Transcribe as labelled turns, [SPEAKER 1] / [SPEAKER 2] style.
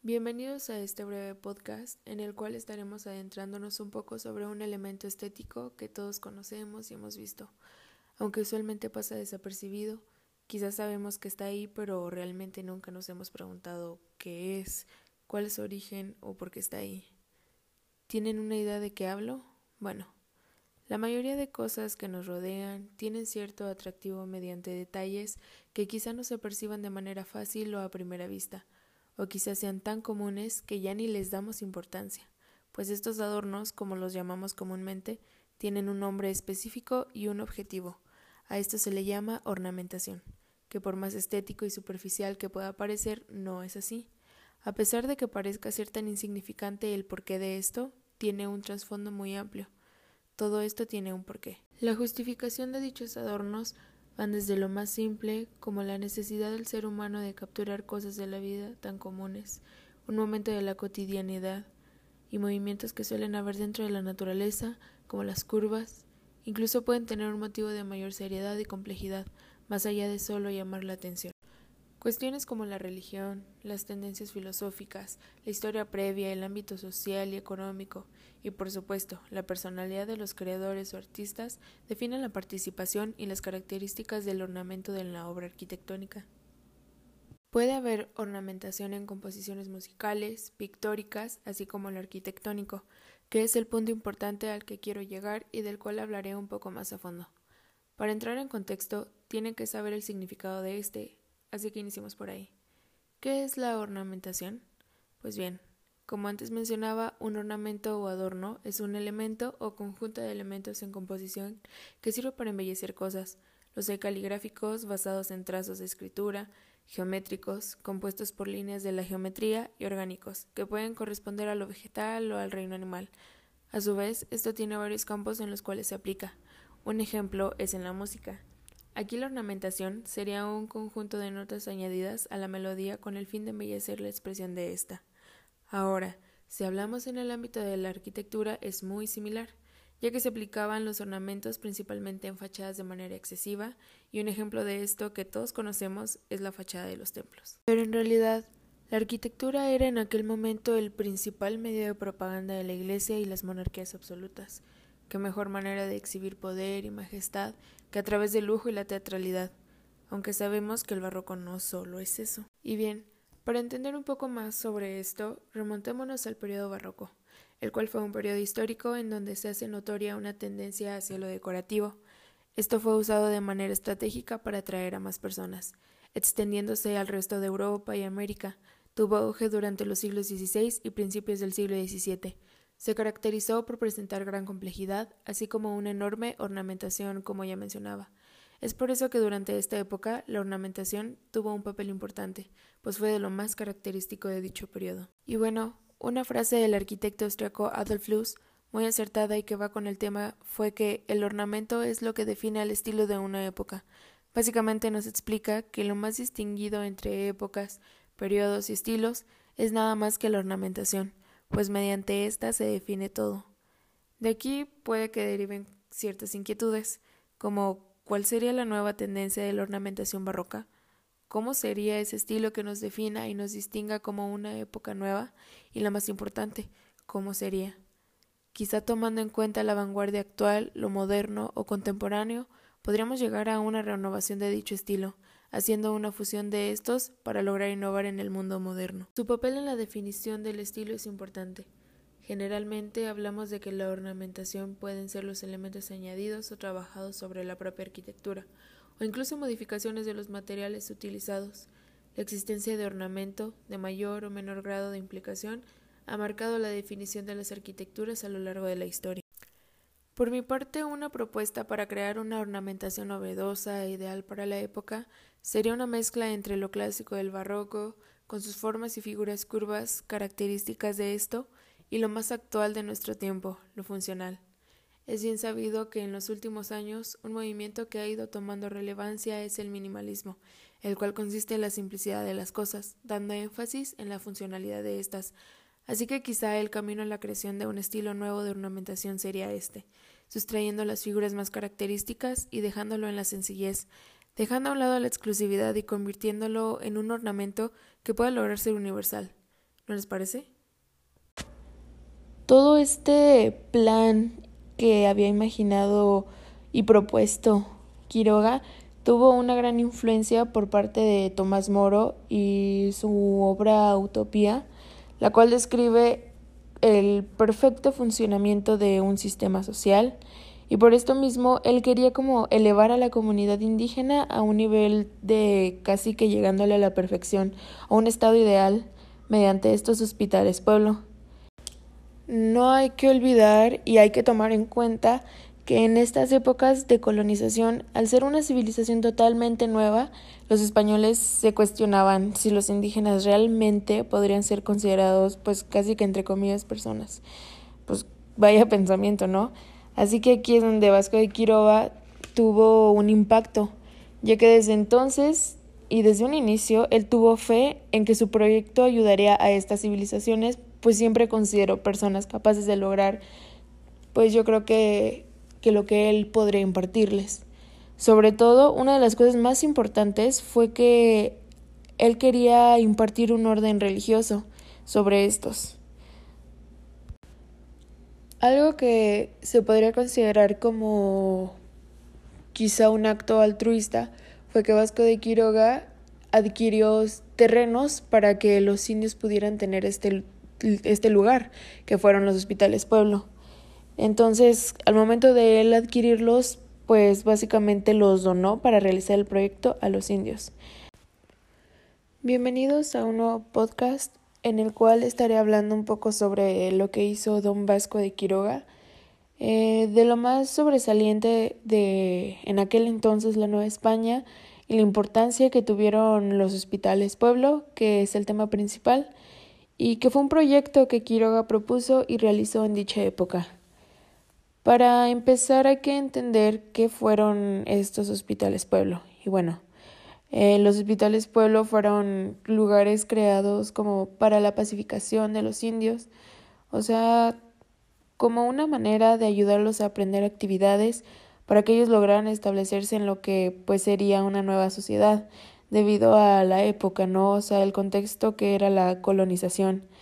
[SPEAKER 1] Bienvenidos a este breve podcast en el cual estaremos adentrándonos un poco sobre un elemento estético que todos conocemos y hemos visto, aunque usualmente pasa desapercibido. Quizás sabemos que está ahí, pero realmente nunca nos hemos preguntado qué es, cuál es su origen o por qué está ahí. ¿Tienen una idea de qué hablo? Bueno, la mayoría de cosas que nos rodean tienen cierto atractivo mediante detalles que quizá no se perciban de manera fácil o a primera vista, o quizás sean tan comunes que ya ni les damos importancia, pues estos adornos, como los llamamos comúnmente, tienen un nombre específico y un objetivo. A esto se le llama ornamentación, que por más estético y superficial que pueda parecer, no es así. A pesar de que parezca ser tan insignificante, el porqué de esto tiene un trasfondo muy amplio. Todo esto tiene un porqué. La justificación de dichos adornos van desde lo más simple, como la necesidad del ser humano de capturar cosas de la vida tan comunes, un momento de la cotidianidad, y movimientos que suelen haber dentro de la naturaleza, como las curvas, incluso pueden tener un motivo de mayor seriedad y complejidad, más allá de solo llamar la atención. Cuestiones como la religión, las tendencias filosóficas, la historia previa, el ámbito social y económico, y por supuesto, la personalidad de los creadores o artistas definen la participación y las características del ornamento de la obra arquitectónica. Puede haber ornamentación en composiciones musicales, pictóricas, así como en lo arquitectónico, que es el punto importante al que quiero llegar y del cual hablaré un poco más a fondo. Para entrar en contexto, tienen que saber el significado de este, así que iniciemos por ahí. ¿Qué es la ornamentación? Pues bien, como antes mencionaba, un ornamento o adorno es un elemento o conjunto de elementos en composición que sirve para embellecer cosas. Los hay caligráficos basados en trazos de escritura, geométricos, compuestos por líneas de la geometría, y orgánicos, que pueden corresponder a lo vegetal o al reino animal. A su vez, esto tiene varios campos en los cuales se aplica. Un ejemplo es en la música. Aquí la ornamentación sería un conjunto de notas añadidas a la melodía con el fin de embellecer la expresión de ésta. Ahora, si hablamos en el ámbito de la arquitectura, es muy similar, ya que se aplicaban los ornamentos principalmente en fachadas de manera excesiva, y un ejemplo de esto que todos conocemos es la fachada de los templos. Pero en realidad, la arquitectura era en aquel momento el principal medio de propaganda de la Iglesia y las monarquías absolutas. Qué mejor manera de exhibir poder y majestad que a través del lujo y la teatralidad, aunque sabemos que el barroco no solo es eso. Y bien, para entender un poco más sobre esto, remontémonos al periodo barroco, el cual fue un periodo histórico en donde se hace notoria una tendencia hacia lo decorativo. Esto fue usado de manera estratégica para atraer a más personas, extendiéndose al resto de Europa y América. Tuvo auge durante los siglos XVI y principios del siglo XVII. Se caracterizó por presentar gran complejidad, así como una enorme ornamentación, como ya mencionaba. Es por eso que durante esta época la ornamentación tuvo un papel importante, pues fue de lo más característico de dicho periodo. Y bueno, una frase del arquitecto austriaco Adolf Loos, muy acertada y que va con el tema, fue que el ornamento es lo que define el estilo de una época. Básicamente nos explica que lo más distinguido entre épocas, periodos y estilos es nada más que la ornamentación, pues mediante esta se define todo. De aquí puede que deriven ciertas inquietudes, como ¿cuál sería la nueva tendencia de la ornamentación barroca? ¿Cómo sería ese estilo que nos defina y nos distinga como una época nueva? Y la más importante, ¿cómo sería? Quizá tomando en cuenta la vanguardia actual, lo moderno o contemporáneo, podríamos llegar a una renovación de dicho estilo, haciendo una fusión de estos para lograr innovar en el mundo moderno. Su papel en la definición del estilo es importante. Generalmente hablamos de que la ornamentación pueden ser los elementos añadidos o trabajados sobre la propia arquitectura, o incluso modificaciones de los materiales utilizados. La existencia de ornamento, de mayor o menor grado de implicación, ha marcado la definición de las arquitecturas a lo largo de la historia. Por mi parte, una propuesta para crear una ornamentación novedosa e ideal para la época sería una mezcla entre lo clásico del barroco, con sus formas y figuras curvas características de esto, y lo más actual de nuestro tiempo, lo funcional. Es bien sabido que en los últimos años un movimiento que ha ido tomando relevancia es el minimalismo, el cual consiste en la simplicidad de las cosas, dando énfasis en la funcionalidad de estas. Así que quizá el camino a la creación de un estilo nuevo de ornamentación sería este, sustrayendo las figuras más características y dejándolo en la sencillez, dejando a un lado la exclusividad y convirtiéndolo en un ornamento que pueda lograr ser universal. ¿No les parece?
[SPEAKER 2] Todo este plan que había imaginado y propuesto Quiroga tuvo una gran influencia por parte de Tomás Moro y su obra Utopía, la cual describe el perfecto funcionamiento de un sistema social, y por esto mismo él quería como elevar a la comunidad indígena a un nivel de casi que llegándole a la perfección, a un estado ideal mediante estos hospitales pueblo. No hay que olvidar y hay que tomar en cuenta que en estas épocas de colonización, al ser una civilización totalmente nueva, los españoles se cuestionaban si los indígenas realmente podrían ser considerados, pues casi que entre comillas, personas. Pues vaya pensamiento, ¿no? Así que aquí es donde Vasco de Quiroga tuvo un impacto, ya que desde entonces y desde un inicio él tuvo fe en que su proyecto ayudaría a estas civilizaciones, pues siempre consideró personas capaces de lograr, pues yo creo que lo que él podría impartirles. Sobre todo, una de las cosas más importantes fue que él quería impartir un orden religioso sobre estos. Algo que se podría considerar como quizá un acto altruista fue que Vasco de Quiroga adquirió terrenos para que los indios pudieran tener este lugar, que fueron los hospitales pueblo. Entonces, al momento de él adquirirlos, pues básicamente los donó para realizar el proyecto a los indios. Bienvenidos a un nuevo podcast en el cual estaré hablando un poco sobre lo que hizo don Vasco de Quiroga, de lo más sobresaliente de en aquel entonces la Nueva España y la importancia que tuvieron los hospitales pueblo, que es el tema principal, y que fue un proyecto que Quiroga propuso y realizó en dicha época. Para empezar hay que entender qué fueron estos hospitales pueblo. Y bueno, los hospitales pueblo fueron lugares creados como para la pacificación de los indios, o sea, como una manera de ayudarlos a aprender actividades para que ellos lograran establecerse en lo que pues sería una nueva sociedad, debido a la época, ¿no? O sea, el contexto que era la colonización.